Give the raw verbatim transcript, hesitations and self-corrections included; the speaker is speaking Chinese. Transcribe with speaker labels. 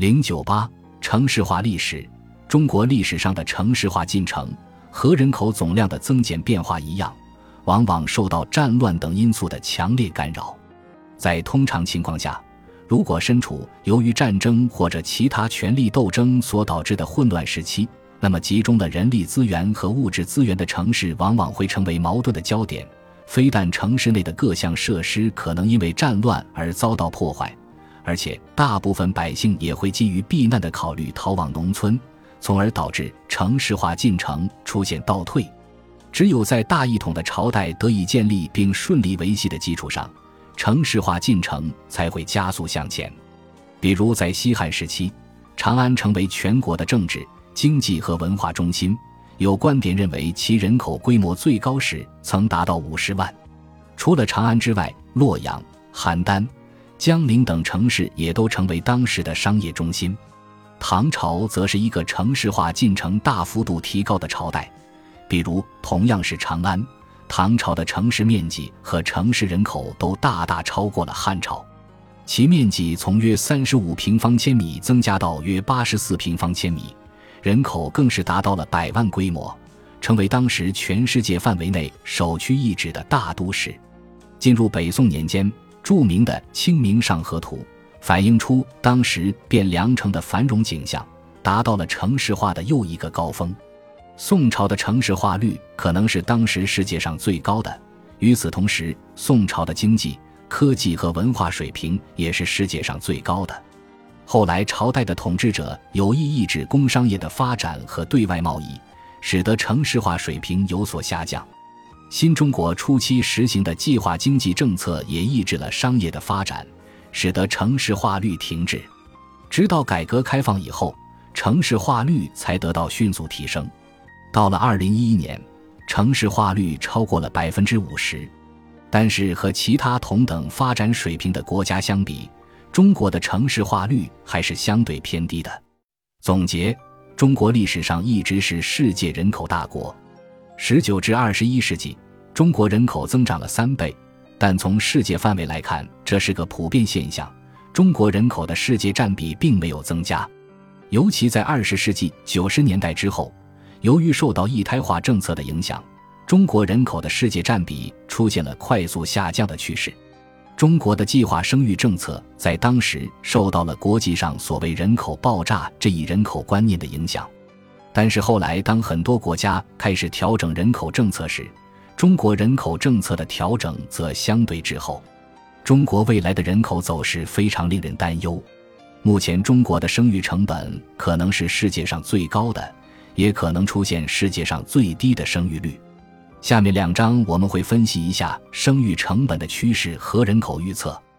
Speaker 1: 零九八城市化历史。中国历史上的城市化进程和人口总量的增减变化一样，往往受到战乱等因素的强烈干扰。在通常情况下，如果身处由于战争或者其他权力斗争所导致的混乱时期，那么集中了人力资源和物质资源的城市往往会成为矛盾的焦点。非但城市内的各项设施可能因为战乱而遭到破坏，而且大部分百姓也会基于避难的考虑逃往农村，从而导致城市化进程出现倒退。只有在大一统的朝代得以建立并顺利维系的基础上，城市化进程才会加速向前。比如在西汉时期，长安成为全国的政治、经济和文化中心，有观点认为其人口规模最高时曾达到五十万。除了长安之外，洛阳、邯郸、江陵等城市也都成为当时的商业中心。唐朝则是一个城市化进程大幅度提高的朝代，比如同样是长安，唐朝的城市面积和城市人口都大大超过了汉朝，其面积从约三十五平方千米增加到约八十四平方千米，人口更是达到了百万规模，成为当时全世界范围内首屈一指的大都市。进入北宋年间，著名的《清明上河图》反映出当时汴梁城的繁荣景象，达到了城市化的又一个高峰。宋朝的城市化率可能是当时世界上最高的，与此同时，宋朝的经济、科技和文化水平也是世界上最高的。后来朝代的统治者有意抑制工商业的发展和对外贸易，使得城市化水平有所下降。新中国初期实行的计划经济政策也抑制了商业的发展，使得城市化率停滞。直到改革开放以后，城市化率才得到迅速提升。到了二零一一年，城市化率超过了 百分之五十。 但是和其他同等发展水平的国家相比，中国的城市化率还是相对偏低的。总结，中国历史上一直是世界人口大国。十九至二十一世纪，中国人口增长了三倍，但从世界范围来看，这是个普遍现象，中国人口的世界占比并没有增加。尤其在二十世纪九十年代之后，由于受到一胎化政策的影响，中国人口的世界占比出现了快速下降的趋势。中国的计划生育政策在当时受到了国际上所谓人口爆炸这一人口观念的影响，但是后来当很多国家开始调整人口政策时，中国人口政策的调整则相对滞后。中国未来的人口走势非常令人担忧。目前中国的生育成本可能是世界上最高的，也可能出现世界上最低的生育率。下面两章我们会分析一下生育成本的趋势和人口预测。